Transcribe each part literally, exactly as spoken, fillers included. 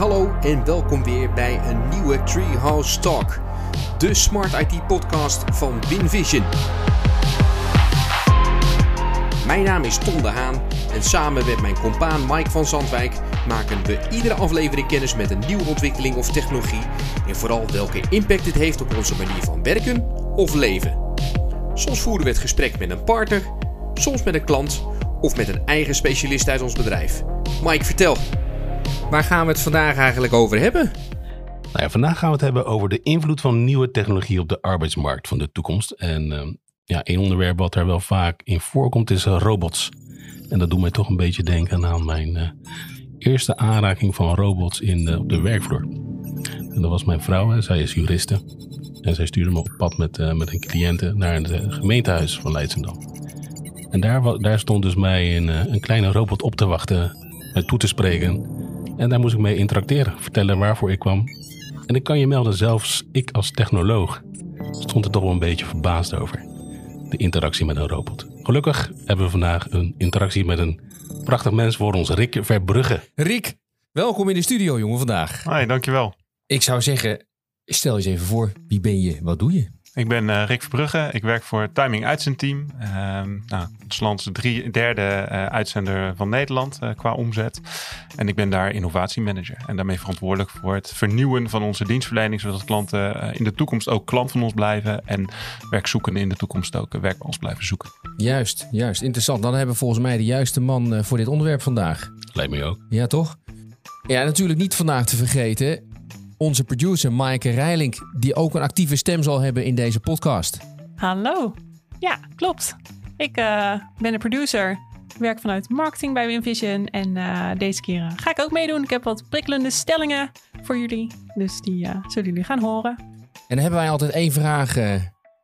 hallo en welkom weer bij een nieuwe Treehouse Talk. De Smart I T podcast van Winvision. Mijn naam is Ton de Haan en samen met mijn compaan Mike van Zandwijk maken we iedere aflevering kennis met een nieuwe ontwikkeling of technologie en vooral welke impact dit heeft op onze manier van werken of leven. Soms voeren we het gesprek met een partner, soms met een klant of met een eigen specialist uit ons bedrijf. Mike, vertel, waar gaan we het vandaag eigenlijk over hebben? Nou ja, vandaag gaan we het hebben over de invloed van nieuwe technologie op de arbeidsmarkt van de toekomst. En uh, ja, een onderwerp wat er wel vaak in voorkomt is uh, robots. En dat doet mij toch een beetje denken aan mijn uh, eerste aanraking van robots in, uh, op de werkvloer. En dat was mijn vrouw, hè. Zij is juriste. En zij stuurde me op pad met, uh, met een cliënte naar het uh, gemeentehuis van Leidschendam. En daar, daar stond dus mij een, uh, een kleine robot op te wachten, mij toe te spreken. En daar moest ik mee interacteren, vertellen waarvoor ik kwam. En ik kan je melden, zelfs ik als technoloog stond er toch wel een beetje verbaasd over. De interactie met een robot. Gelukkig hebben we vandaag een interactie met een prachtig mens voor ons, Rick Verbrugge. Rick, welkom in de studio, jongen, vandaag. Hoi, dankjewel. Ik zou zeggen, stel je eens even voor, wie ben je, wat doe je? Ik ben uh, Rick Verbrugge. Ik werk voor het Timing Uitzendteam. Uh, nou, het is lands drie, derde uh, uitzender van Nederland uh, qua omzet. En ik ben daar innovatiemanager. En daarmee verantwoordelijk voor het vernieuwen van onze dienstverlening. Zodat klanten uh, in de toekomst ook klant van ons blijven. En werkzoekenden in de toekomst ook uh, werk bij ons blijven zoeken. Juist, juist. Interessant. Dan hebben we volgens mij de juiste man uh, voor dit onderwerp vandaag. Lijkt me ook. Ja, toch? Ja, natuurlijk niet vandaag te vergeten. Onze producer Maaike Rijlink, die ook een actieve stem zal hebben in deze podcast. Hallo. Ja, klopt. Ik uh, ben de producer. Ik werk vanuit marketing bij Winvision. En uh, deze keer uh, ga ik ook meedoen. Ik heb wat prikkelende stellingen voor jullie. Dus die uh, zullen jullie gaan horen. En dan hebben wij altijd één vraag uh,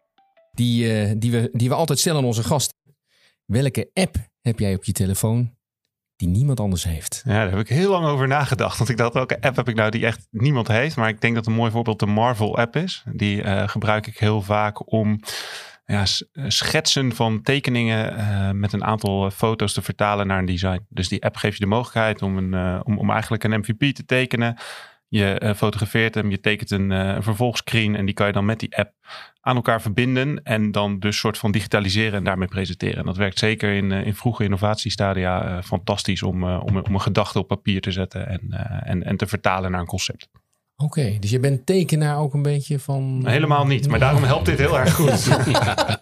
die, uh, die, we, die we altijd stellen aan onze gasten. Welke app heb jij op je telefoon die niemand anders heeft? Ja, daar heb ik heel lang over nagedacht. Want ik dacht, welke app heb ik nou die echt niemand heeft? Maar ik denk dat een mooi voorbeeld de Marvel-app is. Die uh, gebruik ik heel vaak om ja, schetsen van tekeningen uh, met een aantal foto's te vertalen naar een design. Dus die app geeft je de mogelijkheid om, een, uh, om, om eigenlijk een M V P te tekenen. Je uh, fotografeert hem, je tekent een, uh, een vervolgscreen en die kan je dan met die app aan elkaar verbinden en dan dus soort van digitaliseren en daarmee presenteren. En dat werkt zeker in, uh, in vroege innovatiestadia uh, fantastisch om, uh, om, om een gedachte op papier te zetten en, uh, en, en te vertalen naar een concept. Oké, okay, dus je bent tekenaar ook een beetje van... Helemaal niet, maar daarom helpt dit heel erg goed. Ja.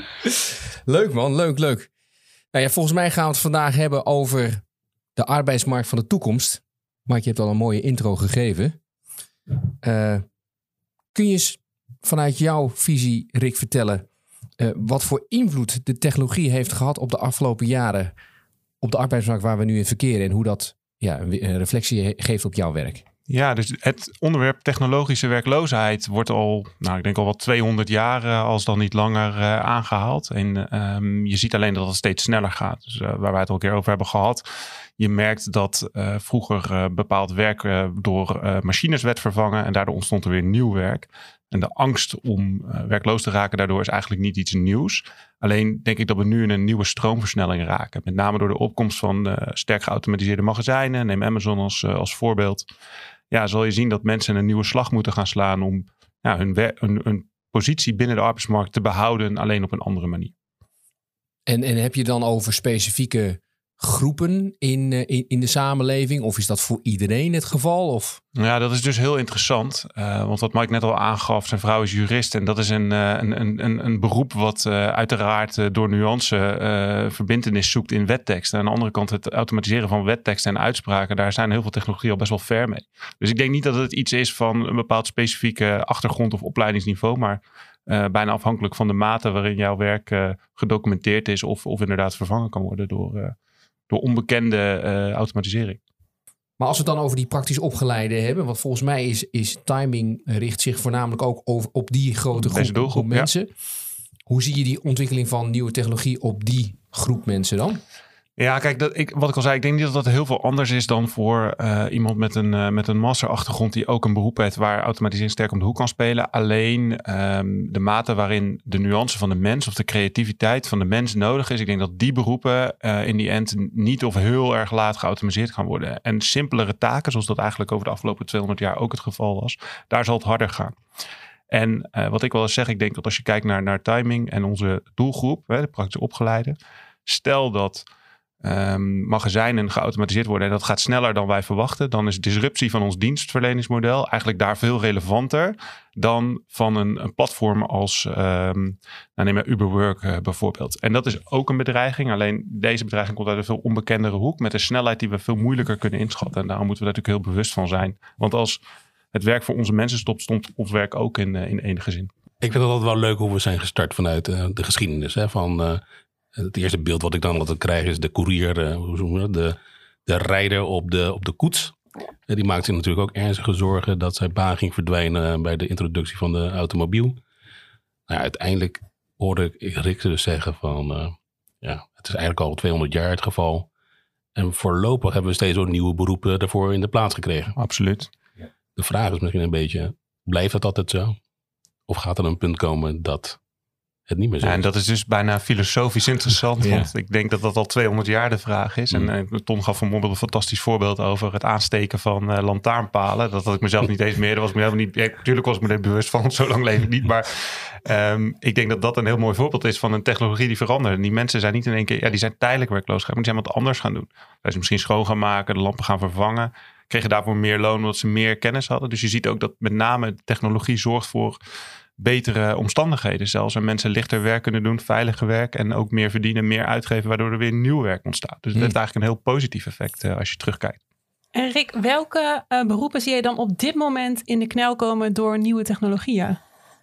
Leuk man, leuk, leuk. Nou ja, volgens mij gaan we het vandaag hebben over de arbeidsmarkt van de toekomst. Mike, je hebt al een mooie intro gegeven. Uh, kun je eens vanuit jouw visie, Rick, vertellen uh, wat voor invloed de technologie heeft gehad op de afgelopen jaren op de arbeidsmarkt waar we nu in verkeren en hoe dat ja, een reflectie geeft op jouw werk? Ja, dus het onderwerp technologische werkloosheid wordt al, nou ik denk al wat tweehonderd jaar, uh, als dan niet langer, uh, aangehaald. En um, je ziet alleen dat het steeds sneller gaat. Dus uh, waar wij het al een keer over hebben gehad. Je merkt dat uh, vroeger uh, bepaald werk uh, door uh, machines werd vervangen en daardoor ontstond er weer nieuw werk. En de angst om uh, werkloos te raken daardoor is eigenlijk niet iets nieuws. Alleen denk ik dat we nu in een nieuwe stroomversnelling raken. Met name door de opkomst van uh, sterk geautomatiseerde magazijnen. Neem Amazon als, uh, als voorbeeld. Ja, zal je zien dat mensen een nieuwe slag moeten gaan slaan om ja, hun, wer- hun, hun positie binnen de arbeidsmarkt te behouden, alleen op een andere manier. En, en heb je dan over specifieke groepen in, in, in de samenleving? Of is dat voor iedereen het geval? Of? Ja, dat is dus heel interessant. Uh, want wat Mike net al aangaf, zijn vrouw is jurist. En dat is een, uh, een, een, een beroep wat uh, uiteraard uh, door nuance uh, verbintenis zoekt in wettekst. En aan de andere kant het automatiseren van wetteksten en uitspraken. Daar zijn heel veel technologieën al best wel ver mee. Dus ik denk niet dat het iets is van een bepaald specifieke achtergrond of opleidingsniveau. Maar uh, bijna afhankelijk van de mate waarin jouw werk uh, gedocumenteerd is. Of, of inderdaad vervangen kan worden door... Uh, Door onbekende uh, automatisering. Maar als we het dan over die praktisch opgeleide hebben. Want volgens mij is, is timing richt zich voornamelijk ook over, op die grote groep, groep mensen. Ja. Hoe zie je die ontwikkeling van nieuwe technologie op die groep mensen dan? Ja, kijk, dat, ik, wat ik al zei, ik denk niet dat dat heel veel anders is dan voor uh, iemand met een, uh, met een masterachtergrond die ook een beroep heeft waar automatisering sterk om de hoek kan spelen. Alleen um, de mate waarin de nuance van de mens of de creativiteit van de mens nodig is. Ik denk dat die beroepen uh, in die end niet of heel erg laat geautomatiseerd gaan worden. En simpelere taken, zoals dat eigenlijk over de afgelopen tweehonderd jaar ook het geval was, daar zal het harder gaan. En uh, wat ik wel eens zeg, ik denk dat als je kijkt naar, naar timing en onze doelgroep, hè, de praktisch opgeleide, stel dat Um, magazijnen geautomatiseerd worden en dat gaat sneller dan wij verwachten, dan is disruptie van ons dienstverleningsmodel eigenlijk daar veel relevanter dan van een, een platform als um, nou neem maar Uberwork uh, bijvoorbeeld. En dat is ook een bedreiging, alleen deze bedreiging komt uit een veel onbekendere hoek met een snelheid die we veel moeilijker kunnen inschatten. En daarom moeten we daar natuurlijk heel bewust van zijn. Want als het werk voor onze mensen stopt, stond ons werk ook in, uh, in enige zin. Ik vind het altijd wel leuk hoe we zijn gestart vanuit uh, de geschiedenis hè, van... Uh... Het eerste beeld wat ik dan altijd krijg is de koerier, hoe noemen we dat? De, de rijder op de, op de koets. Die maakt zich natuurlijk ook ernstige zorgen dat zijn baan ging verdwijnen bij de introductie van de automobiel. Nou ja, uiteindelijk hoorde ik Rick dus zeggen van, uh, ja, het is eigenlijk al tweehonderd jaar het geval. En voorlopig hebben we steeds ook nieuwe beroepen daarvoor in de plaats gekregen. Absoluut. De vraag is misschien een beetje, blijft dat altijd zo? Of gaat er een punt komen dat... het niet meer zo. Ja, en dat is dus bijna filosofisch interessant. Ja. Want ik denk dat dat al tweehonderd jaar de vraag is. Mm. En uh, Ton gaf bijvoorbeeld een fantastisch voorbeeld over het aansteken van uh, lantaarnpalen. Dat had ik mezelf niet eens meer. Dat was me helemaal niet. Ja, natuurlijk was ik me er bewust van. Zo lang leef ik niet. Maar um, ik denk dat dat een heel mooi voorbeeld is van een technologie die verandert. En die mensen zijn niet in één keer. Ja, die zijn tijdelijk werkloos gaan, maar die zijn wat anders gaan doen. Zij ze misschien schoon gaan maken, de lampen gaan vervangen. Kregen daarvoor meer loon omdat ze meer kennis hadden. Dus je ziet ook dat met name technologie zorgt voor betere omstandigheden zelfs. En mensen lichter werk kunnen doen, veiliger werk en ook meer verdienen, meer uitgeven, waardoor er weer nieuw werk ontstaat. Dus dat heeft eigenlijk een heel positief effect uh, als je terugkijkt. En Rick, welke uh, beroepen zie je dan op dit moment in de knel komen door nieuwe technologieën?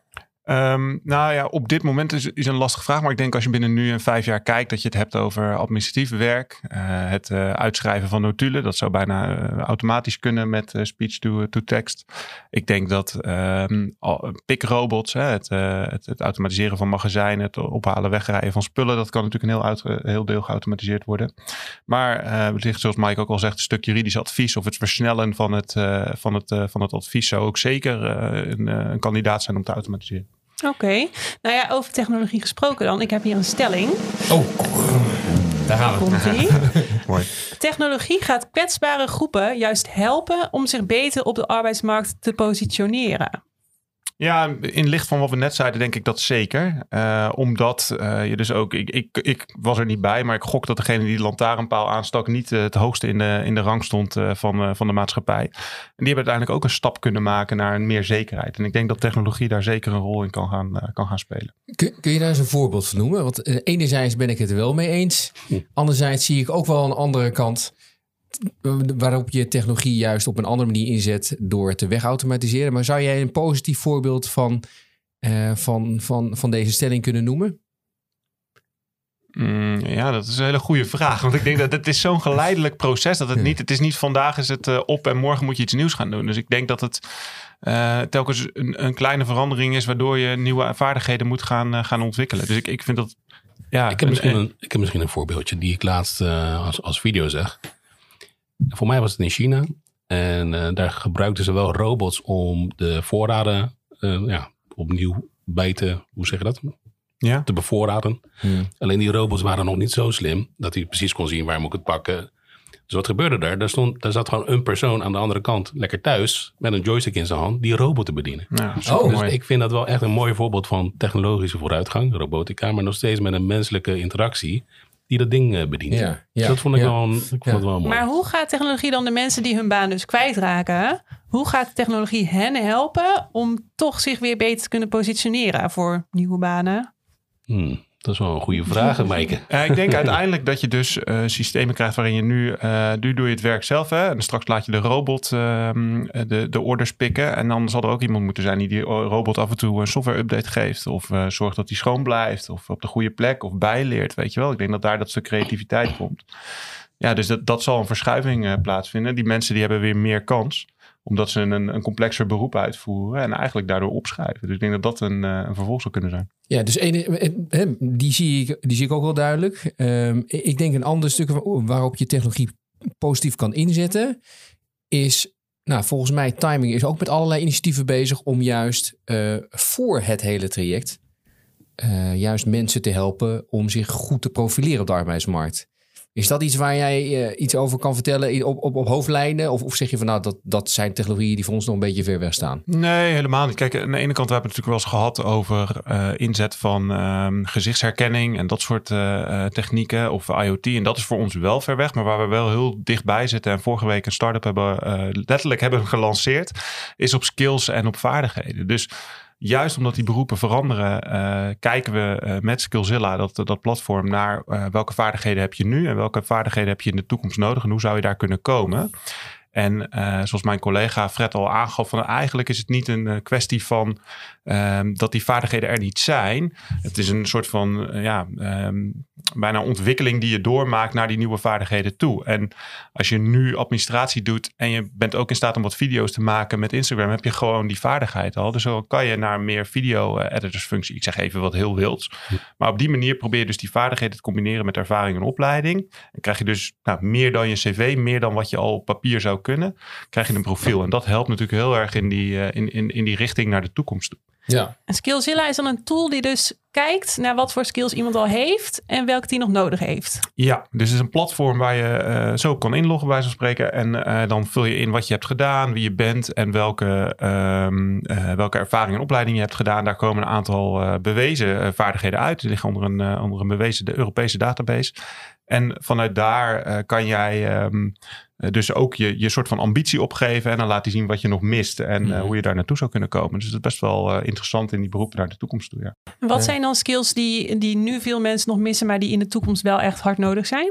Um, nou ja, op dit moment is, is een lastige vraag. Maar ik denk als je binnen nu en vijf jaar kijkt, dat je het hebt over administratief werk. Uh, het uh, uitschrijven van notulen. Dat zou bijna uh, automatisch kunnen met uh, speech to, to text. Ik denk dat um, pickrobots, hè, het, uh, het, het automatiseren van magazijnen, het ophalen, wegrijden van spullen. Dat kan natuurlijk een heel, uit, heel deel geautomatiseerd worden. Maar uh, wellicht, zoals Mike ook al zegt, een stuk juridisch advies of het versnellen van het, uh, van het, uh, van het advies zou ook zeker uh, een, uh, een kandidaat zijn om te automatiseren. Oké, okay. Nou ja, over technologie gesproken dan. Ik heb hier een stelling. Oh, daar gaan we. Komt-ie. Mooi. Technologie gaat kwetsbare groepen juist helpen om zich beter op de arbeidsmarkt te positioneren. Ja, in licht van wat we net zeiden, denk ik dat zeker. Uh, omdat uh, je dus ook... Ik, ik, ik was er niet bij, maar ik gok dat degene die de lantaarnpaal aanstak niet uh, het hoogste in de, in de rang stond uh, van, uh, van de maatschappij. En die hebben uiteindelijk ook een stap kunnen maken naar een meer zekerheid. En ik denk dat technologie daar zeker een rol in kan gaan, uh, kan gaan spelen. Kun, kun je daar eens een voorbeeld van noemen? Want uh, enerzijds ben ik het er wel mee eens. Anderzijds zie ik ook wel een andere kant waarop je technologie juist op een andere manier inzet door het te wegautomatiseren. Maar zou jij een positief voorbeeld van, uh, van, van, van deze stelling kunnen noemen? Mm, ja, dat is een hele goede vraag. Want ik denk dat het is zo'n geleidelijk proces. Dat het niet, het is niet vandaag is het uh, op en morgen moet je iets nieuws gaan doen. Dus ik denk dat het uh, telkens een, een kleine verandering is waardoor je nieuwe vaardigheden moet gaan, uh, gaan ontwikkelen. Dus ik, ik vind dat... Ja, ik, heb misschien een, ik heb misschien een voorbeeldje die ik laatst uh, als, als video zeg. Voor mij was het in China. En uh, daar gebruikten ze wel robots om de voorraden uh, ja, opnieuw bij te, hoe zeg je dat? Ja. Te bevoorraden. Hmm. Alleen die robots waren nog niet zo slim dat hij precies kon zien waar moet ik het pakken. Dus wat gebeurde er? Daar, stond, daar zat gewoon een persoon aan de andere kant lekker thuis met een joystick in zijn hand die robot te bedienen. Ja, oh, dus mooi. ik vind dat wel echt een mooi voorbeeld van technologische vooruitgang, robotica, maar nog steeds met een menselijke interactie die dat ding bedient. Ja, ja, dus dat vond ik, ja. wel, een, ik vond Ja. het wel mooi. Maar hoe gaat technologie dan de mensen die hun baan dus kwijtraken, hoe gaat technologie hen helpen om toch zich weer beter te kunnen positioneren voor nieuwe banen? Hmm, dat is wel een goede vraag, Maaike. Uh, ik denk uiteindelijk dat je dus uh, systemen krijgt waarin je nu, uh, nu doe je het werk zelf. Hè? En straks laat je de robot uh, de, de orders pikken. En dan zal er ook iemand moeten zijn die die robot af en toe een software update geeft. Of uh, zorgt dat die schoon blijft. Of op de goede plek. Of bijleert, weet je wel. Ik denk dat daar dat stuk creativiteit komt. Ja, dus dat, dat zal een verschuiving uh, plaatsvinden. Die mensen die hebben weer meer kans. Omdat ze een, een complexer beroep uitvoeren en eigenlijk daardoor opschuiven. Dus ik denk dat dat een, een vervolg zou kunnen zijn. Ja, dus ene, die, zie ik, die zie ik ook wel duidelijk. Um, ik denk een ander stuk waarop je technologie positief kan inzetten is, nou, volgens mij Timing is ook met allerlei initiatieven bezig om juist uh, voor het hele traject uh, juist mensen te helpen om zich goed te profileren op de arbeidsmarkt. Is dat iets waar jij uh, iets over kan vertellen op, op, op hoofdlijnen? Of, of zeg je van nou, dat, dat zijn technologieën die voor ons nog een beetje ver weg staan? Nee, helemaal niet. Kijk, aan de ene kant hebben we het natuurlijk wel eens gehad over uh, inzet van um, gezichtsherkenning en dat soort uh, technieken of IoT. En dat is voor ons wel ver weg, maar waar we wel heel dichtbij zitten en vorige week een start-up hebben uh, letterlijk hebben gelanceerd, is op skills en op vaardigheden. Dus juist omdat die beroepen veranderen, uh, kijken we uh, met Skillzilla, dat, dat platform, naar uh, welke vaardigheden heb je nu en welke vaardigheden heb je in de toekomst nodig en hoe zou je daar kunnen komen. En uh, zoals mijn collega Fred al aangaf, van, eigenlijk is het niet een uh, kwestie van uh, dat die vaardigheden er niet zijn. Het is een soort van uh, ja, um, bijna ontwikkeling die je doormaakt naar die nieuwe vaardigheden toe. En als je nu administratie doet en je bent ook in staat om wat video's te maken met Instagram, heb je gewoon die vaardigheid al. Dus dan kan je naar meer video-editors functie. Ik zeg even wat heel wilds. Maar op die manier probeer je dus die vaardigheden te combineren met ervaring en opleiding. En krijg je dus nou, meer dan je cv, meer dan wat je al op papier zou kunnen, krijg je een profiel. En dat helpt natuurlijk heel erg in die, uh, in, in, in die richting naar de toekomst toe. Ja. En Skillzilla is dan een tool die dus kijkt naar wat voor skills iemand al heeft en welke die nog nodig heeft. Ja, dus het is een platform waar je uh, zo kan inloggen, bij wijze van spreken. En uh, dan vul je in wat je hebt gedaan, wie je bent en welke, um, uh, welke ervaring en opleiding je hebt gedaan. Daar komen een aantal uh, bewezen uh, vaardigheden uit. Die liggen onder een, uh, onder een bewezen de Europese database. En vanuit daar uh, kan jij um, uh, dus ook je, je soort van ambitie opgeven. En dan laat hij zien wat je nog mist. En uh, hoe je daar naartoe zou kunnen komen. Dus het is best wel uh, interessant in die beroepen naar de toekomst toe. Ja. En wat zijn dan skills die, die nu veel mensen nog missen, maar die in de toekomst wel echt hard nodig zijn?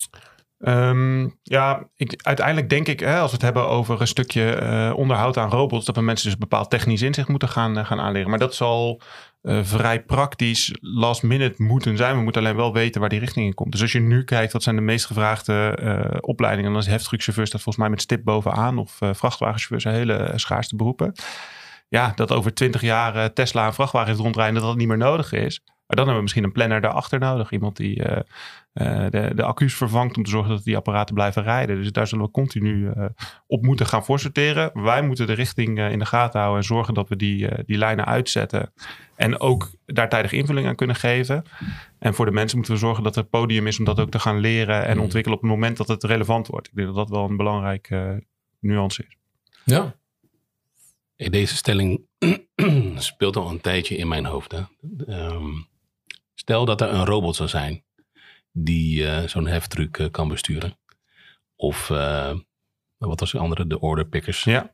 Um, ja, ik, uiteindelijk denk ik, hè, als we het hebben over een stukje uh, onderhoud aan robots, dat we mensen dus een bepaald technisch inzicht moeten gaan, uh, gaan aanleren. Maar dat zal uh, vrij praktisch last minute moeten zijn. We moeten alleen wel weten waar die richting in komt. Dus als je nu kijkt, wat zijn de meest gevraagde uh, opleidingen, dan is heftruckchauffeur staat volgens mij met stip bovenaan. Of uh, vrachtwagenchauffeur zijn hele uh, schaarste beroepen. Ja, dat over twintig jaar uh, Tesla een vrachtwagen heeft rondrijden, dat dat niet meer nodig is. Maar dan hebben we misschien een planner daarachter nodig. Iemand die uh, uh, de, de accu's vervangt om te zorgen dat die apparaten blijven rijden. Dus daar zullen we continu uh, op moeten gaan voorsorteren. Wij moeten de richting uh, in de gaten houden en zorgen dat we die, uh, die lijnen uitzetten. En ook daar tijdig invulling aan kunnen geven. En voor de mensen moeten we zorgen dat er podium is om dat ook te gaan leren en ontwikkelen op het moment dat het relevant wordt. Ik denk dat dat wel een belangrijke uh, nuance is. Ja. Deze stelling speelt al een tijdje in mijn hoofd. Hè? Um, stel dat er een robot zou zijn die uh, zo'n heftruck uh, kan besturen. Of uh, wat was de andere? De orderpickers. Ja.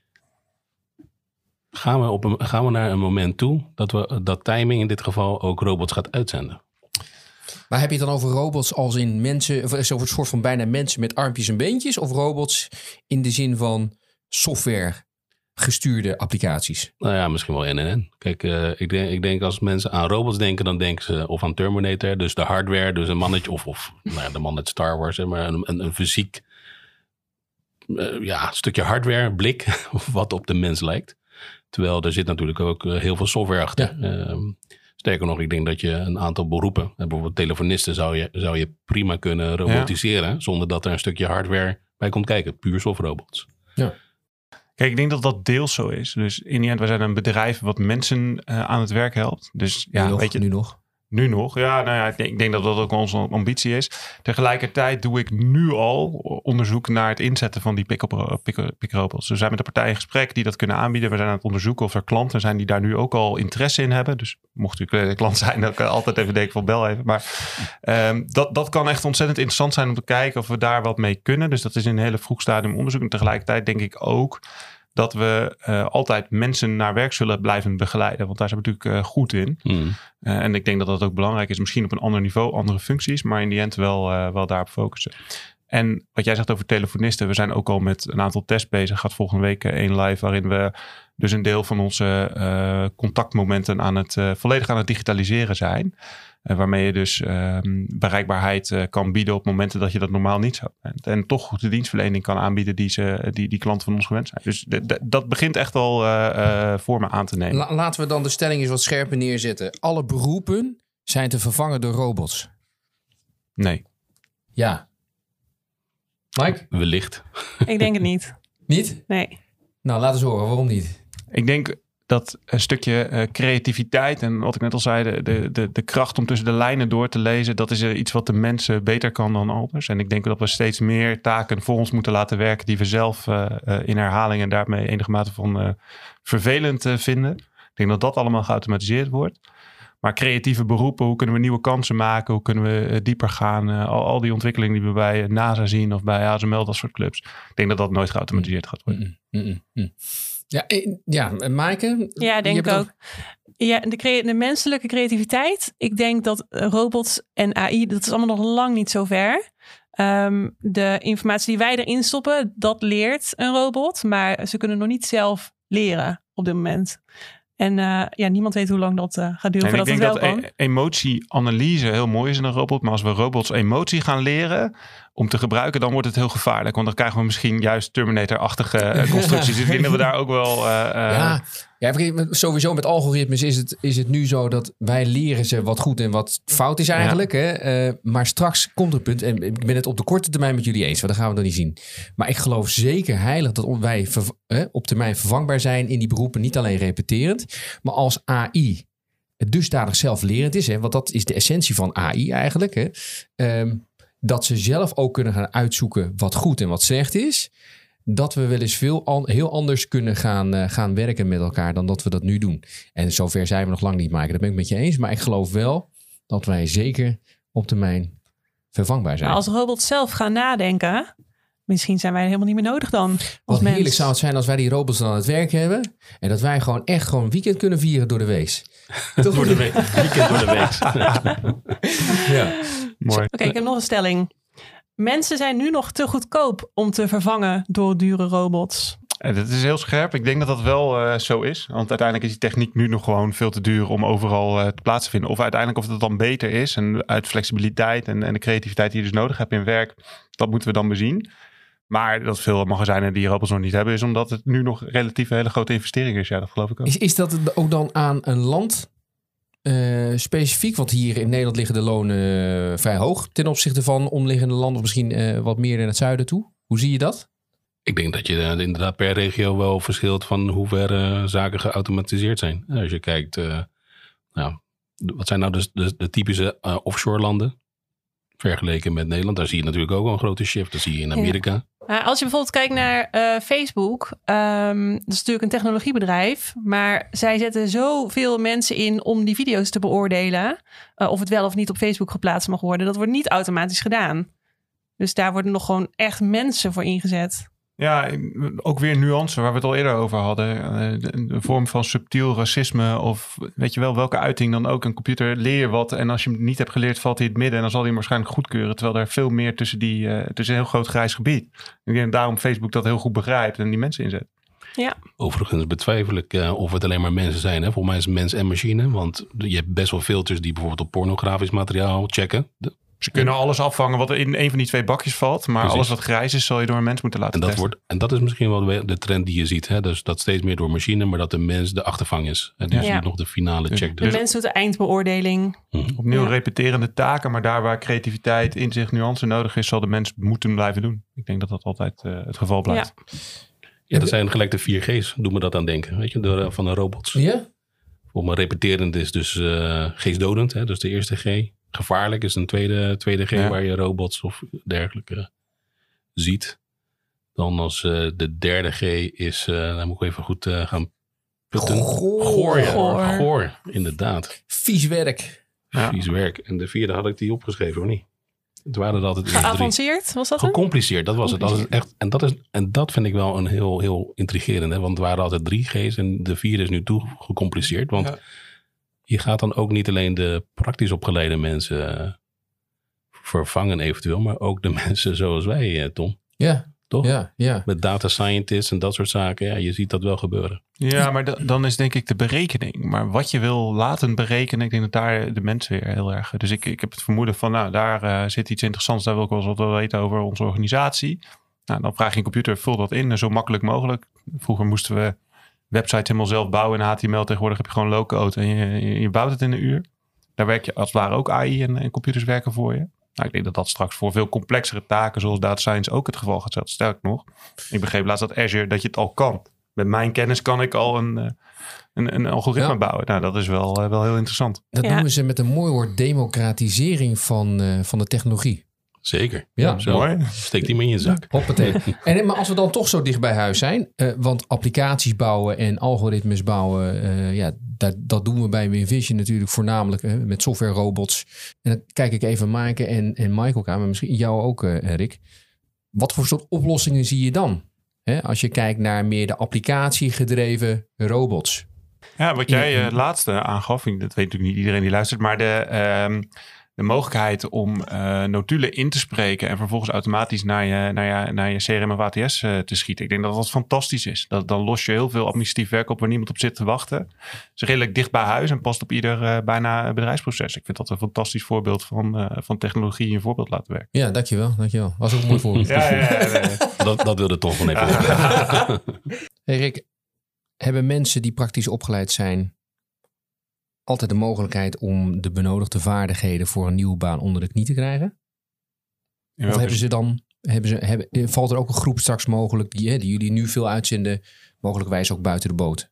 Gaan we, op een, gaan we naar een moment toe dat, we, dat Timing in dit geval ook robots gaat uitzenden? Maar heb je het dan over robots als in mensen, of over een soort van bijna mensen met armpjes en beentjes? Of robots in de zin van software gestuurde applicaties? Nou ja, misschien wel en en en. Kijk, uh, ik, denk, ik denk als mensen aan robots denken, dan denken ze of aan Terminator, dus de hardware, dus een mannetje, of, of nou ja, de man uit Star Wars, maar een, een, een fysiek uh, ja, stukje hardware, blik, wat op de mens lijkt. Terwijl er zit natuurlijk ook uh, heel veel software achter. Ja. Uh, sterker nog, ik denk dat je een aantal beroepen, bijvoorbeeld telefonisten, zou je, zou je prima kunnen robotiseren, ja, zonder dat er een stukje hardware bij komt kijken. Puur soft-robots. Ja. Kijk, ik denk dat dat deels zo is. Dus in die end, wij zijn een bedrijf wat mensen uh, aan het werk helpt. Dus ja, nu nog, weet je, nu nog. Nu nog, ja, nou ja, ik denk, ik denk dat dat ook onze ambitie is. Tegelijkertijd doe ik nu al onderzoek naar het inzetten van die pick-up pick pick-robots. We zijn met de partijen in gesprek die dat kunnen aanbieden. We zijn aan het onderzoeken of er klanten zijn die daar nu ook al interesse in hebben. Dus mocht u klant zijn, dan kan altijd even denken van bel even. Maar um, dat, dat kan echt ontzettend interessant zijn om te kijken of we daar wat mee kunnen. Dus dat is in een hele vroeg stadium onderzoek. En tegelijkertijd denk ik ook dat we uh, altijd mensen naar werk zullen blijven begeleiden. Want daar zijn we natuurlijk uh, goed in. Mm. Uh, en ik denk dat dat ook belangrijk is. Misschien op een ander niveau, andere functies. Maar in die end wel, uh, wel daarop focussen. En wat jij zegt over telefonisten. We zijn ook al met een aantal tests bezig. Gaat volgende week één live waarin we dus een deel van onze uh, contactmomenten aan het, uh, volledig aan het digitaliseren zijn. Uh, waarmee je dus uh, bereikbaarheid uh, kan bieden op momenten dat je dat normaal niet zou bent. En toch de dienstverlening kan aanbieden die, ze, die, die klanten van ons gewend zijn. Dus de, de, dat begint echt al uh, uh, vormen aan te nemen. La, laten we dan de stelling eens wat scherper neerzetten. Alle beroepen zijn te vervangen door robots. Nee. Ja. Mike? Wellicht. Ik denk het niet. Niet? Nee. Nou, laat eens horen. Waarom niet? Ik denk dat een stukje uh, creativiteit en wat ik net al zei, de, de, de, de kracht om tussen de lijnen door te lezen, dat is uh, iets wat de mensen beter kan dan anders. En ik denk dat we steeds meer taken voor ons moeten laten werken die we zelf uh, uh, in herhaling en daarmee enige mate van uh, vervelend uh, vinden. Ik denk dat dat allemaal geautomatiseerd wordt. Maar creatieve beroepen, hoe kunnen we nieuwe kansen maken? Hoe kunnen we uh, dieper gaan? Uh, al, al die ontwikkelingen die we bij NASA zien of bij A S M L, dat soort clubs. Ik denk dat dat nooit geautomatiseerd gaat worden. Mm, mm, mm. Ja, ja, Maaike? Ja, denk ik ook. Ja, de, cre- de menselijke creativiteit. Ik denk dat robots en A I, dat is allemaal nog lang niet zo ver. Um, de informatie die wij erin stoppen, dat leert een robot. Maar ze kunnen nog niet zelf leren op dit moment. En uh, ja, niemand weet hoe lang dat uh, gaat duren En voordat ik het denk wel dat kan. e- emotieanalyse heel mooi is in een robot. Maar als we robots emotie gaan leren om te gebruiken, dan wordt het heel gevaarlijk. Want dan krijgen we misschien juist Terminator-achtige uh, constructies. Dus ik denk dat we daar ook wel... Uh, uh, ja, ja, sowieso met algoritmes is het, is het nu zo dat wij leren ze wat goed en wat fout is eigenlijk. Ja. Hè? Uh, maar straks komt er een punt, en ik ben het op de korte termijn met jullie eens, want dat gaan we dan niet zien. Maar ik geloof zeker heilig dat wij ver, uh, op termijn vervangbaar zijn in die beroepen, niet alleen repeterend, maar als A I het dusdanig zelflerend is, hè, want dat is de essentie van A I eigenlijk, hè, um, dat ze zelf ook kunnen gaan uitzoeken wat goed en wat slecht is, dat we wel eens veel an- heel anders kunnen gaan, uh, gaan werken met elkaar dan dat we dat nu doen. En zover zijn we nog lang niet, maken. Dat ben ik met je eens. Maar ik geloof wel dat wij zeker op termijn vervangbaar zijn. Maar als robots zelf gaan nadenken, misschien zijn wij helemaal niet meer nodig dan. Als Wat mens. heerlijk zou het zijn als wij die robots dan aan het werk hebben. En dat wij gewoon echt gewoon een weekend kunnen vieren door de week. Door de week. Weekend door de week. Ja. mooi. Oké, okay, ik heb nog een stelling. Mensen zijn nu nog te goedkoop om te vervangen door dure robots. En dat is heel scherp. Ik denk dat dat wel uh, zo is. Want uiteindelijk is die techniek nu nog gewoon veel te duur om overal uh, te plaats te vinden. Of uiteindelijk of het dan beter is. En uit flexibiliteit en, en de creativiteit die je dus nodig hebt in werk. Dat moeten we dan bezien. Maar dat veel magazijnen die robots nog niet hebben, is omdat het nu nog relatief een hele grote investering is. Ja, dat geloof ik ook. Is, is dat ook dan aan een land uh, specifiek? Want hier in Nederland liggen de lonen uh, vrij hoog ten opzichte van omliggende landen. Of misschien uh, wat meer in het zuiden toe. Hoe zie je dat? Ik denk dat je uh, inderdaad per regio wel verschilt van hoe ver uh, zaken geautomatiseerd zijn. Uh, als je kijkt, uh, nou, wat zijn nou de, de, de typische uh, offshore landen? Vergeleken met Nederland. Daar zie je natuurlijk ook wel een grote shift. Dat zie je in Amerika. Ja. Uh, als je bijvoorbeeld kijkt naar uh, Facebook. Um, dat is natuurlijk een technologiebedrijf. Maar zij zetten zoveel mensen in om die video's te beoordelen. Uh, of het wel of niet op Facebook geplaatst mag worden. Dat wordt niet automatisch gedaan. Dus daar worden nog gewoon echt mensen voor ingezet. Ja, ook weer nuance waar we het al eerder over hadden. Een vorm van subtiel racisme of weet je wel, welke uiting dan ook. Een computer leer je wat en als je hem niet hebt geleerd valt hij in het midden en dan zal hij hem waarschijnlijk goedkeuren. Terwijl er veel meer tussen die, uh, het is een heel groot grijs gebied. Ik denk daarom Facebook dat heel goed begrijpt en die mensen inzet. Ja. Overigens betwijfel ik uh, of het alleen maar mensen zijn. Hè? Volgens mij is het mens en machine. Want je hebt best wel filters die bijvoorbeeld op pornografisch materiaal checken. De, Ze kunnen alles afvangen wat er in een van die twee bakjes valt. Maar Precies. alles wat grijs is, zal je door een mens moeten laten en dat testen. wordt En dat is misschien wel de trend die je ziet. Hè? Dus dat steeds meer door machine, maar dat de mens de achtervang is. En dus ja. niet nog de finale Dus- check. De Dus, mens doet de eindbeoordeling. mm-hmm. Opnieuw Ja. repeterende taken, maar daar waar creativiteit, inzicht, nuance nodig is, zal de mens moeten blijven doen. Ik denk dat dat altijd uh, het geval blijft. Ja. Ja, dat zijn gelijk de vier G's. Doe me dat aan denken. Weet je, de, van de robots. Ja? Voor me repeterend is dus uh, geestdodend. Hè? Dus de eerste G. Gevaarlijk is een tweede, tweede G Ja. waar je robots of dergelijke ziet. Dan als uh, de derde G is, uh, dan moet ik even goed uh, gaan putten. Goor. Goor, ja. Goor. Goor, inderdaad. Vies werk. Ja. Vies werk. En de vierde had ik die opgeschreven, of niet? Het waren er altijd eerst drie. Geavanceerd, was dat een? Gecompliceerd, dat was het. Dat is echt, en, dat is, en dat vind ik wel een heel, heel intrigerend. Hè? Want het waren altijd drie G's en de vierde is nu toe gecompliceerd. Want Ja. je gaat dan ook niet alleen de praktisch opgeleide mensen vervangen eventueel, maar ook de mensen zoals wij, eh, Tom. Ja, Toch? ja, ja. Met data scientists en dat soort zaken. Ja, je ziet dat wel gebeuren. Ja, maar d- dan is denk ik de berekening. Maar wat je wil laten berekenen, ik denk dat daar de mensen weer heel erg... Dus ik, ik heb het vermoeden van, nou, daar uh, zit iets interessants. Daar wil ik wel eens wat weten over onze organisatie. Nou, dan vraag je een computer, vul dat in, zo makkelijk mogelijk. Vroeger moesten we websites helemaal zelf bouwen in H T M L. Tegenwoordig heb je gewoon low-code en je, je, je bouwt het in een uur. Daar werk je als het ware ook A I en, en computers werken voor je. Nou, ik denk dat dat straks voor veel complexere taken zoals data science ook het geval gaat zijn. Sterk nog, ik begreep laatst dat Azure dat je het al kan. Met mijn kennis kan ik al een, een, een algoritme Ja. bouwen. Nou, dat is wel, wel heel interessant. Dat Ja. noemen ze met een mooi woord democratisering van, uh, van de technologie. Zeker. Ja, Zo. Mooi. Steek die maar in je zak. Hoppatee. En, maar als we dan toch zo dicht bij huis zijn, uh, want applicaties bouwen en algoritmes bouwen, uh, ja, dat, dat doen we bij WinVision natuurlijk voornamelijk uh, met software robots. En dan kijk ik even Maaike en, en Michael aan, maar misschien jou ook, uh, Rick. Wat voor soort oplossingen zie je dan? Hè, als je kijkt naar meer de applicatiegedreven robots. Ja, wat jij uh, het laatste aangaf, dat weet natuurlijk niet iedereen die luistert, maar de... Um, De mogelijkheid om uh, notulen in te spreken en vervolgens automatisch naar je, naar je, naar je C R M of A T S uh, te schieten. Ik denk dat dat fantastisch is. Dat, dan los je heel veel administratief werk op waar niemand op zit te wachten. Het is redelijk dicht bij huis en past op ieder uh, bijna bedrijfsproces. Ik vind dat een fantastisch voorbeeld van, uh, van technologie in voorbeeld laten werken. Ja, dankjewel. dankjewel. Was ook een mooi voorbeeld. ja, ja, ja, ja, ja. Dat, dat wilde Tom van even horen. Hey Rick, hebben mensen die praktisch opgeleid zijn altijd de mogelijkheid om de benodigde vaardigheden voor een nieuwe baan onder de knie te krijgen? Ja, Of hebben ze dan, hebben ze, hebben, valt er ook een groep straks mogelijk, die, hè, die jullie nu veel uitzenden, mogelijkwijs ook buiten de boot?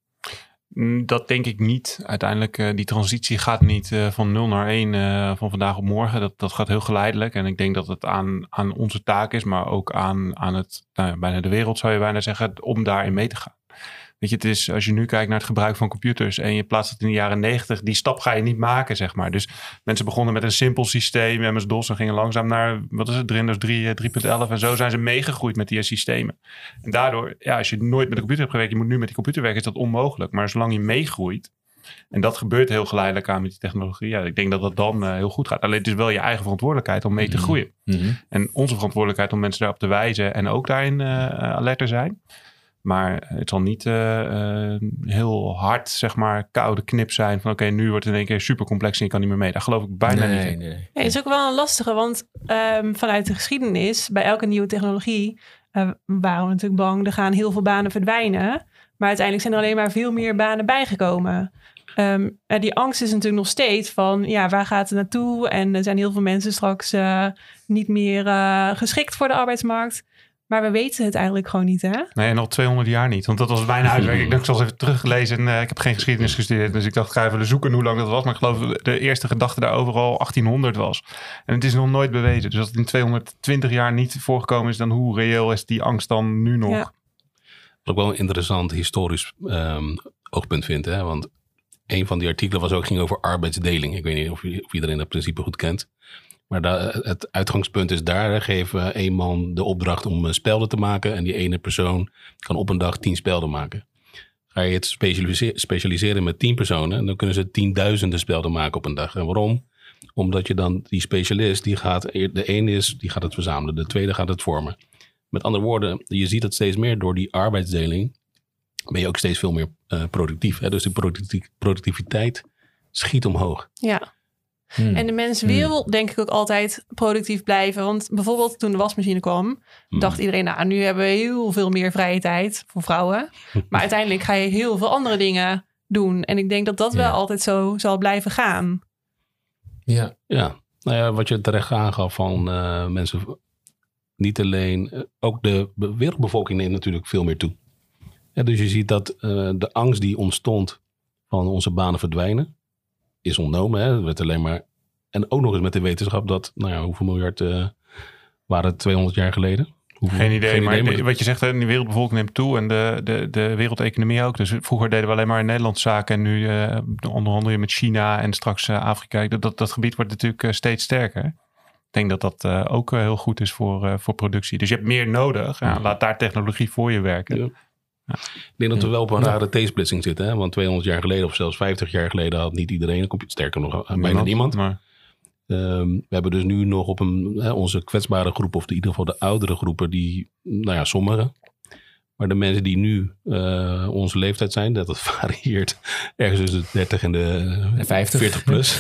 Dat denk ik niet. Uiteindelijk, uh, die transitie gaat niet uh, van nul naar één uh, van vandaag op morgen. Dat, dat gaat heel geleidelijk. En ik denk dat het aan, aan onze taak is, maar ook aan, aan het, nou, bijna de wereld zou je bijna zeggen, om daarin mee te gaan. Weet je, het is, als je nu kijkt naar het gebruik van computers en je plaatst het in de jaren negentig, die stap ga je niet maken, zeg maar. Dus mensen begonnen met een simpel systeem, M S-DOS, en gingen langzaam naar, wat is het, Windows drie, drie punt elf en zo zijn ze meegegroeid met die systemen. En daardoor, ja, als je nooit met de computer hebt gewerkt, je moet nu met die computer werken, is dat onmogelijk. Maar zolang je meegroeit, en dat gebeurt heel geleidelijk aan met die technologie, ja, ik denk dat dat dan uh, heel goed gaat. Alleen het is wel je eigen verantwoordelijkheid om mee te groeien. Mm-hmm. En onze verantwoordelijkheid om mensen daarop te wijzen en ook daarin uh, alert te zijn. Maar het zal niet uh, uh, heel hard, zeg maar, koude knip zijn van oké, okay, nu wordt het in één keer super complex en je kan niet meer mee. Daar geloof ik bijna nee, niet in. Nee, nee. Ja, het is ook wel een lastige, want um, vanuit de geschiedenis, bij elke nieuwe technologie, uh, waren we natuurlijk bang, er gaan heel veel banen verdwijnen. Maar uiteindelijk zijn er alleen maar veel meer banen bijgekomen. Um, uh, die angst is natuurlijk nog steeds van, ja, waar gaat het naartoe? En er zijn heel veel mensen straks uh, niet meer uh, geschikt voor de arbeidsmarkt. Maar we weten het eigenlijk gewoon niet, hè? Nee, nog tweehonderd jaar niet. Want dat was mijn huiswerk. Ik dacht, ik zal eens even teruggelezen. En, uh, ik heb geen geschiedenis gestudeerd. Dus ik dacht, ik ga even zoeken hoe lang dat was. Maar ik geloof dat de eerste gedachte daarover al achttienhonderd was. En het is nog nooit bewezen. Dus als het in tweehonderdtwintig jaar niet voorgekomen is, dan hoe reëel is die angst dan nu nog? Ja. Wat ik wel een interessant historisch um, oogpunt vind. Hè? Want een van die artikelen was ook, ging over arbeidsdeling. Ik weet niet of, of iedereen dat principe goed kent. Maar da, het uitgangspunt is daar, geven één man de opdracht om spelden te maken. En die ene persoon kan op een dag tien spelden maken. Ga je het specialiseren, specialiseren met tien personen, dan kunnen ze tienduizenden spelden maken op een dag. En waarom? Omdat je dan die specialist, die gaat, de ene is, die gaat het verzamelen, de tweede gaat het vormen. Met andere woorden, je ziet het steeds meer door die arbeidsdeling, ben je ook steeds veel meer uh, productief. Hè? Dus de productiv- productiviteit schiet omhoog. Ja. Hmm. En de mens wil hmm. denk ik ook altijd productief blijven. Want bijvoorbeeld toen de wasmachine kwam, hmm. dacht iedereen, nou, nu hebben we heel veel meer vrije tijd voor vrouwen. Maar uiteindelijk ga je heel veel andere dingen doen. En ik denk dat dat ja. wel altijd zo zal blijven gaan. Ja, ja. Nou ja, wat je terecht aangaf van uh, mensen, niet alleen, uh, ook de wereldbevolking neemt natuurlijk veel meer toe. Ja, dus je ziet dat uh, de angst die ontstond van onze banen verdwijnen, is ontnomen. Hè? Het werd alleen maar, en ook nog eens met de wetenschap dat, nou ja, hoeveel miljard uh, waren het tweehonderd jaar geleden? Hoeveel, geen idee, geen maar, idee maar wat je zegt, hè, de wereldbevolking neemt toe en de, de, de wereldeconomie ook. Dus vroeger deden we alleen maar in Nederland zaken en nu uh, onderhandel je met China en straks uh, Afrika. Dat, dat, dat gebied wordt natuurlijk uh, steeds sterker. Ik denk dat dat uh, ook uh, heel goed is voor, uh, voor productie. Dus je hebt meer nodig. Ja, laat daar technologie voor je werken. Ja. Ja. Ik denk dat we wel op een rare T-splitsing zitten. Hè? Want tweehonderd jaar geleden of zelfs vijftig jaar geleden had niet iedereen een computer. Sterker nog, bijna niemand. Maar... Um, we hebben dus nu nog op een, hè, onze kwetsbare groep, of in ieder geval de oudere groepen, die, nou ja, sommigen. Maar de mensen die nu uh, onze leeftijd zijn, dat het varieert ergens tussen de dertig en de uh, vijftig. veertig plus.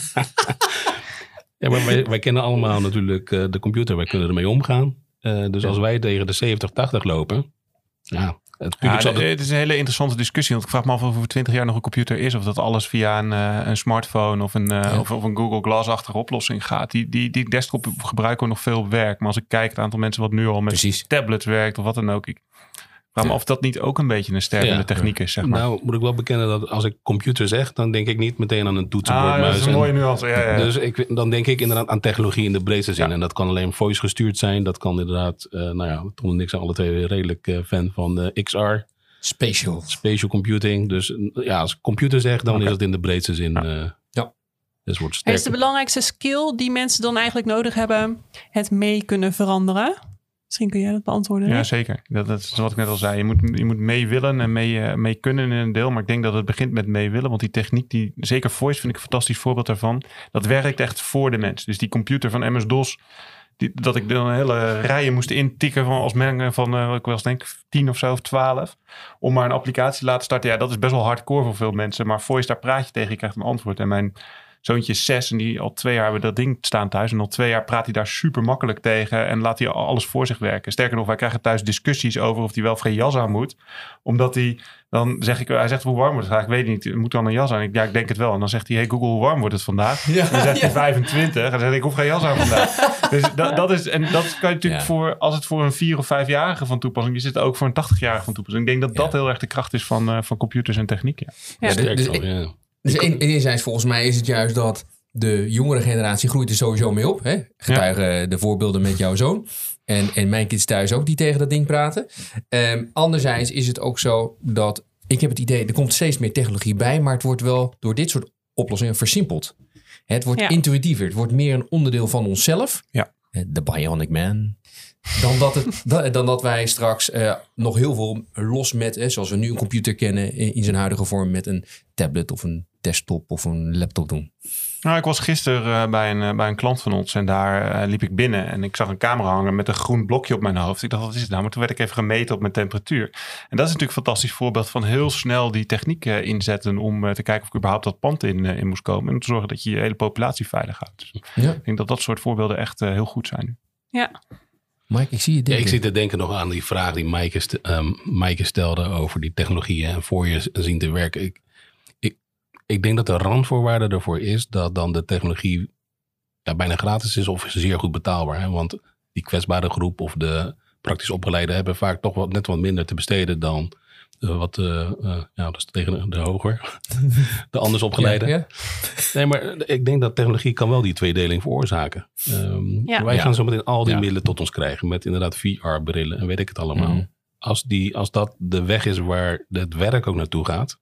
Ja, maar wij, wij kennen allemaal natuurlijk uh, de computer, wij kunnen ermee omgaan. Uh, dus ja. Als wij tegen de zeventig, tachtig lopen, ja... Het, ja, de, het is een hele interessante discussie. Want ik vraag me af of over twintig jaar nog een computer is. Of dat alles via een, uh, een smartphone of een, uh, ja. of, of een Google Glass-achtige oplossing gaat. Die, die, die desktop gebruiken we nog veel op werk. Maar als ik kijk het aantal mensen wat nu al met Precies. tablets werkt of wat dan ook. Ik vraag me ja. of dat niet ook een beetje een stervende ja. techniek is. Zeg maar. Nou moet ik wel bekennen dat als ik computer zeg, dan denk ik niet meteen aan een toetsenbord. Ah, dat is een mooie nuance. Ja, ja. Dus ik, dan denk ik inderdaad aan technologie in de breedste zin. Ja. En dat kan alleen voice gestuurd zijn. Dat kan inderdaad, uh, nou ja, Tom en ik zijn alle twee redelijk uh, fan van uh, X R. Spatial. Spatial computing. Dus ja, als ik computer zeg, dan okay. is het in de breedste zin. Ja. Uh, ja. Dus wordt is de belangrijkste skill die mensen dan eigenlijk nodig hebben het mee kunnen veranderen? Misschien kun jij dat beantwoorden. Ja, zeker. Dat, dat is wat ik net al zei. Je moet, je moet mee willen en mee, uh, mee kunnen in een deel. Maar ik denk dat het begint met mee willen. Want die techniek, die, zeker voice vind ik een fantastisch voorbeeld daarvan. Dat werkt echt voor de mens. Dus die computer van M S-DOS... Die, dat ik dan hele rijen moest intikken van als mengen van, uh, ik wel eens denk, tien of zo of twaalf. Om maar een applicatie te laten starten. Ja, dat is best wel hardcore voor veel mensen. Maar voice, daar praat je tegen, je krijgt een antwoord. En mijn zoontje is zes en die al twee jaar hebben dat ding staan thuis. En al twee jaar praat hij daar super makkelijk tegen en laat hij alles voor zich werken. Sterker nog, wij krijgen thuis discussies over of hij wel of geen jas aan moet. Omdat hij, dan zeg ik, hij zegt hoe warm wordt het? Ik weet niet, moet dan een jas aan? Ik, ja, ik denk het wel. En dan zegt hij, hey Google, hoe warm wordt het vandaag? Ja, en dan zegt hij ja. vijfentwintig. En dan zeg ik, ik hoef geen jas aan vandaag. Dus dat, dat is, en dat kan je natuurlijk ja. voor, als het voor een vier of vijfjarige van toepassing is, is het ook voor een tachtigjarige van toepassing. Ik denk dat ja. dat heel erg de kracht is van, uh, van computers en techniek. Ja, ja, ja dus, dus, ja. Dus enerzijds volgens mij is het juist dat de jongere generatie groeit er sowieso mee op. Hè? Getuigen ja. de voorbeelden met jouw zoon. En, en mijn kids thuis ook die tegen dat ding praten. Um, anderzijds is het ook zo dat, ik heb het idee, er komt steeds meer technologie bij, maar het wordt wel door dit soort oplossingen versimpeld. Het wordt ja. intuïtiever. Het wordt meer een onderdeel van onszelf. Ja. De Bionic Man. Dan dat, het, dan dat wij straks uh, nog heel veel los met, eh, zoals we nu een computer kennen in, in zijn huidige vorm, met een tablet of een desktop of een laptop doen. Nou, ik was gisteren uh, bij, een, uh, bij een klant van ons en daar uh, liep ik binnen en ik zag een camera hangen met een groen blokje op mijn hoofd. Ik dacht, wat is het nou? Maar toen werd ik even gemeten op mijn temperatuur. En dat is natuurlijk een fantastisch voorbeeld van heel snel die techniek uh, inzetten om uh, te kijken of ik überhaupt dat pand in, uh, in moest komen. En om te zorgen dat je je hele populatie veilig houdt. Dus ja. Ik denk dat dat soort voorbeelden echt uh, heel goed zijn. Ja. Mike, ik zie je denken. Ja, ik zit te denken nog aan die vraag die Maaike, st- um, Maaike stelde over die technologieën en voor je zien te werken. Ik, ik, ik denk dat de randvoorwaarde ervoor is dat dan de technologie ja, bijna gratis is of zeer goed betaalbaar. Hè? Want die kwetsbare groep of de praktisch opgeleiden hebben vaak toch wat, net wat minder te besteden dan uh, wat, uh, uh, ja, dat is tegen de hoger, de anders opgeleiden. Ja, ja. Nee, maar ik denk dat technologie kan wel die tweedeling veroorzaken. Um, ja. Wij gaan ja. zo meteen al die ja. middelen tot ons krijgen met inderdaad V R-brillen en weet ik het allemaal. Mm. Als, die, als dat de weg is waar het werk ook naartoe gaat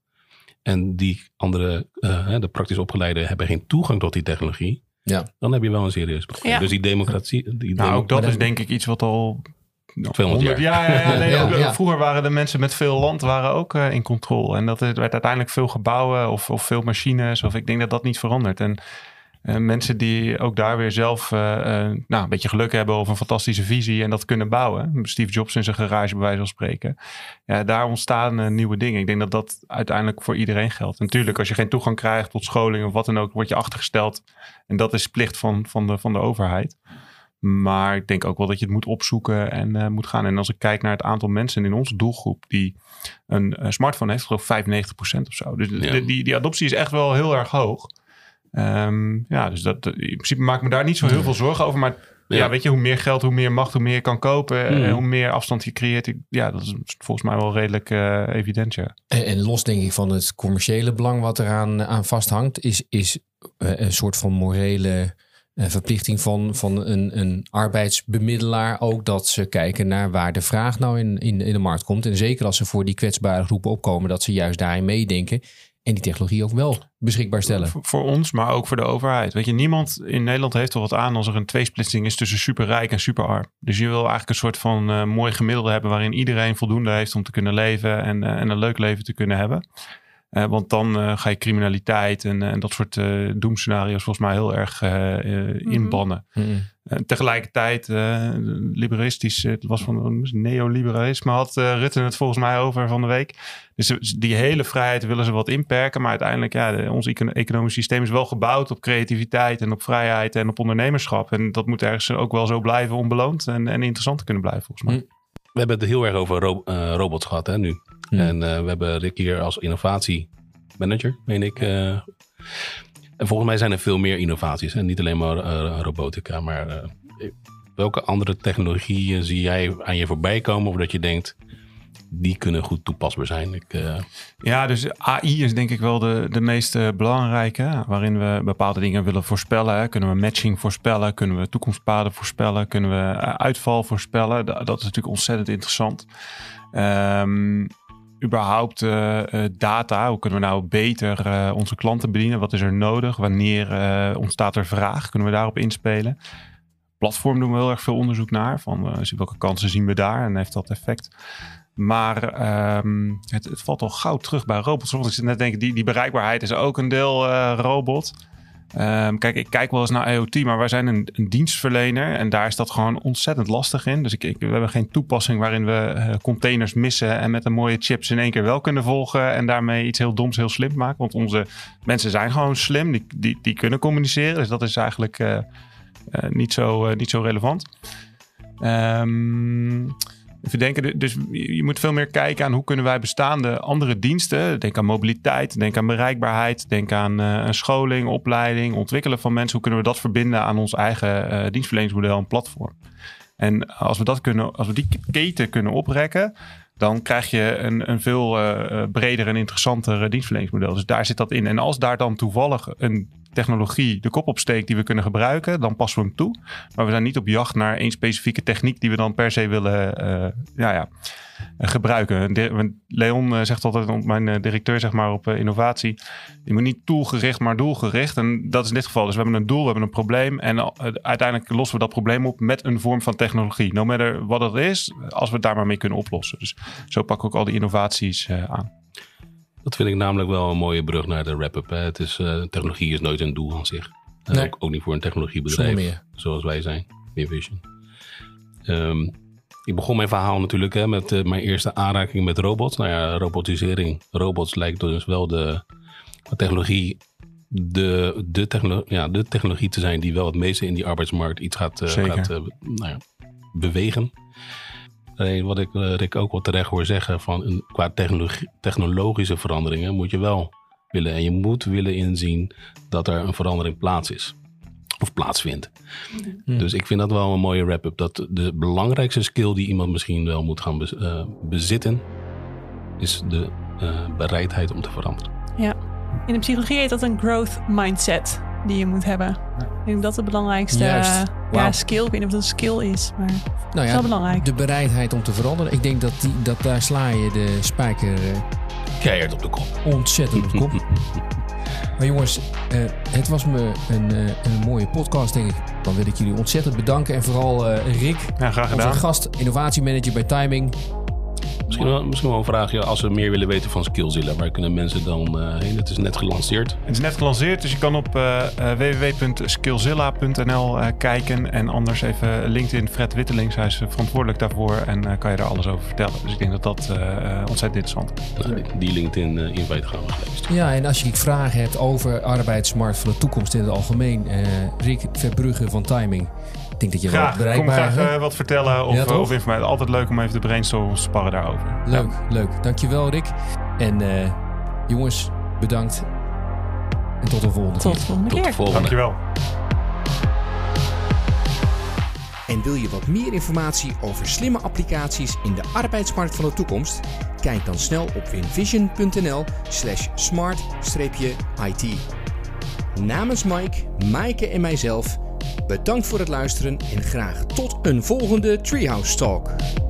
en die andere, uh, de praktisch opgeleiden hebben geen toegang tot die technologie, ja. dan heb je wel een serieus probleem. Ja. Dus die democratie... Die nou, demo- ook dat is denk ik iets wat al... tweehonderd jaar. Ja, ja, ja, nee, ja, ook, ja. Vroeger waren de mensen met veel land waren ook uh, in controle. En dat werd uiteindelijk veel gebouwen of, of veel machines. Of ik denk dat dat niet verandert. En uh, mensen die ook daar weer zelf uh, uh, nou, een beetje geluk hebben of een fantastische visie en dat kunnen bouwen. Steve Jobs in zijn garage bij wijze van spreken. Ja, daar ontstaan uh, nieuwe dingen. Ik denk dat dat uiteindelijk voor iedereen geldt. Natuurlijk, als je geen toegang krijgt tot scholing of wat dan ook, word je achtergesteld. En dat is plicht van, van, de, van de overheid. Maar ik denk ook wel dat je het moet opzoeken en uh, moet gaan. En als ik kijk naar het aantal mensen in onze doelgroep die een, een smartphone heeft, geloof ik vijfennegentig procent of zo. Dus ja. de, die, die adoptie is echt wel heel erg hoog. Um, ja, dus dat, in principe maak ik me daar niet zo heel veel zorgen over. Maar ja, ja weet je, hoe meer geld, hoe meer macht, hoe meer je kan kopen. Mm. En hoe meer afstand je creëert. Ja, dat is volgens mij wel redelijk uh, evident, ja. En, en los denk ik van het commerciële belang wat eraan aan vasthangt, is, is uh, een soort van morele Een verplichting van, van een, een arbeidsbemiddelaar ook dat ze kijken naar waar de vraag nou in, in, in de markt komt. En zeker als ze voor die kwetsbare groepen opkomen, dat ze juist daarin meedenken en die technologie ook wel beschikbaar stellen. Voor, voor ons, maar ook voor de overheid. Weet je, niemand in Nederland heeft er wat aan als er een tweesplitsing is tussen superrijk en superarm. Dus je wil eigenlijk een soort van uh, mooi gemiddelde hebben waarin iedereen voldoende heeft om te kunnen leven en, uh, en een leuk leven te kunnen hebben. Uh, want dan uh, ga je criminaliteit en, uh, en dat soort uh, doemscenario's volgens mij heel erg uh, uh, inbannen. Mm-hmm. Uh, tegelijkertijd, uh, liberalistisch, het was van neoliberalisme, had uh, Rutte het volgens mij over van de week. Dus die hele vrijheid willen ze wat inperken. Maar uiteindelijk, ja, de, ons economisch systeem is wel gebouwd op creativiteit en op vrijheid en op ondernemerschap. En dat moet ergens ook wel zo blijven onbeloond en, en interessant kunnen blijven volgens mij. We hebben het heel erg over ro- uh, robots gehad hè, nu. Hmm. En uh, we hebben Rick hier als innovatiemanager, meen ik. Uh, en volgens mij zijn er veel meer innovaties. En niet alleen maar uh, robotica. Maar uh, welke andere technologieën zie jij aan je voorbij komen? Of dat je denkt, die kunnen goed toepasbaar zijn. Ik, uh... Ja, dus A I is denk ik wel de, de meest uh, belangrijke. Waarin we bepaalde dingen willen voorspellen. Hè. Kunnen we matching voorspellen? Kunnen we toekomstpaden voorspellen? Kunnen we uh, uitval voorspellen? Dat, dat is natuurlijk ontzettend interessant. Um, überhaupt uh, uh, data. Hoe kunnen we nou beter uh, onze klanten bedienen? Wat is er nodig? Wanneer uh, ontstaat er vraag? Kunnen we daarop inspelen? Platform doen we heel erg veel onderzoek naar. Van uh, welke kansen zien we daar? En heeft dat effect? Maar um, het, het valt al gauw terug bij robots. Want ik zit net te denken, die, die bereikbaarheid is ook een deel uh, robot. Um, kijk, ik kijk wel eens naar I O T, maar wij zijn een, een dienstverlener. En daar is dat gewoon ontzettend lastig in. Dus ik, ik, we hebben geen toepassing waarin we uh, containers missen en met een mooie chips in één keer wel kunnen volgen. En daarmee iets heel doms heel slim maken. Want onze mensen zijn gewoon slim. Die, die, die kunnen communiceren. Dus dat is eigenlijk uh, uh, niet, zo, uh, niet zo relevant. Um, Even denken, dus je moet veel meer kijken aan hoe kunnen wij bestaande andere diensten. Denk aan mobiliteit, denk aan bereikbaarheid, denk aan uh, scholing, opleiding, ontwikkelen van mensen. Hoe kunnen we dat verbinden aan ons eigen uh, dienstverleningsmodel en platform? En als we dat kunnen, als we die keten kunnen oprekken, dan krijg je een, een veel uh, breder en interessanter dienstverleningsmodel. Dus daar zit dat in. En als daar dan toevallig een technologie de kop opsteekt die we kunnen gebruiken, dan passen we hem toe. Maar we zijn niet op jacht naar één specifieke techniek die we dan per se willen uh, ja, ja, uh, gebruiken. De, Leon uh, zegt altijd, mijn uh, directeur zeg maar op uh, innovatie, je moet niet toolgericht, maar doelgericht. En dat is in dit geval. Dus we hebben een doel, we hebben een probleem en uh, uiteindelijk lossen we dat probleem op met een vorm van technologie. No matter wat het is, als we het daar maar mee kunnen oplossen. Dus zo pakken we ook al die innovaties uh, aan. Dat vind ik namelijk wel een mooie brug naar de wrap-up. Hè. Het is, uh, technologie is nooit een doel aan zich. Nee. Ook, ook niet voor een technologiebedrijf zoals wij zijn, WinVision. Um, ik begon mijn verhaal natuurlijk hè, met uh, mijn eerste aanraking met robots. Nou ja, robotisering. Robots lijkt dus wel de, de technologie... De, de, technolo- ja, de technologie te zijn die wel het meeste in die arbeidsmarkt iets gaat, uh, gaat uh, nou ja, bewegen. Alleen wat ik uh, Rick ook wel terecht hoor zeggen, van een, qua technologie, technologische veranderingen moet je wel willen. En je moet willen inzien dat er een verandering plaats is. Of plaatsvindt. Hmm. Dus ik vind dat wel een mooie wrap-up. Dat de belangrijkste skill die iemand misschien wel moet gaan be- uh, bezitten, is de uh, bereidheid om te veranderen. Ja. In de psychologie heet dat een growth mindset die je moet hebben. Ik denk dat dat de belangrijkste uh, wow. ja, skill. Ik weet niet of dat een skill is, maar nou ja, is wel belangrijk. De bereidheid om te veranderen. Ik denk dat, die, dat daar sla je de spijker uh, keihard op de kop. Ontzettend op de kop. Maar jongens, uh, het was me een, uh, een mooie podcast, denk ik. Dan wil ik jullie ontzettend bedanken. En vooral uh, Rick, ja, graag gedaan. Onze gast, innovatiemanager bij Timing. Misschien wel, misschien wel een vraagje. Als ze meer willen weten van Skillzilla, waar kunnen mensen dan uh, heen? Het is net gelanceerd. Het is net gelanceerd, dus je kan op uh, w w w punt skillzilla punt n l uh, kijken. En anders even LinkedIn Fred Wittelings. Hij is verantwoordelijk daarvoor en uh, kan je daar alles over vertellen. Dus ik denk dat dat uh, ontzettend interessant is. Nou, die LinkedIn uh, invite gaan we gelezen. Ja, en als je vragen hebt over arbeidsmarkt van de toekomst in het algemeen. Uh, Rick Verbrugge van Timing. Ik denk dat je graag, wel bereikbaar kom graag uh, wat vertellen of, ja, of informatie. Altijd leuk om even te brainstormen, sparren daarover. Leuk, ja. leuk. Dankjewel Rick. En uh, jongens, bedankt. En tot de volgende tot keer. De volgende tot keer. de volgende. Dankjewel. En wil je wat meer informatie over slimme applicaties in de arbeidsmarkt van de toekomst? Kijk dan snel op winvision punt n l slash smart I T. Namens Mike, Maaike en mijzelf, bedankt voor het luisteren en graag tot een volgende Treehouse Talk.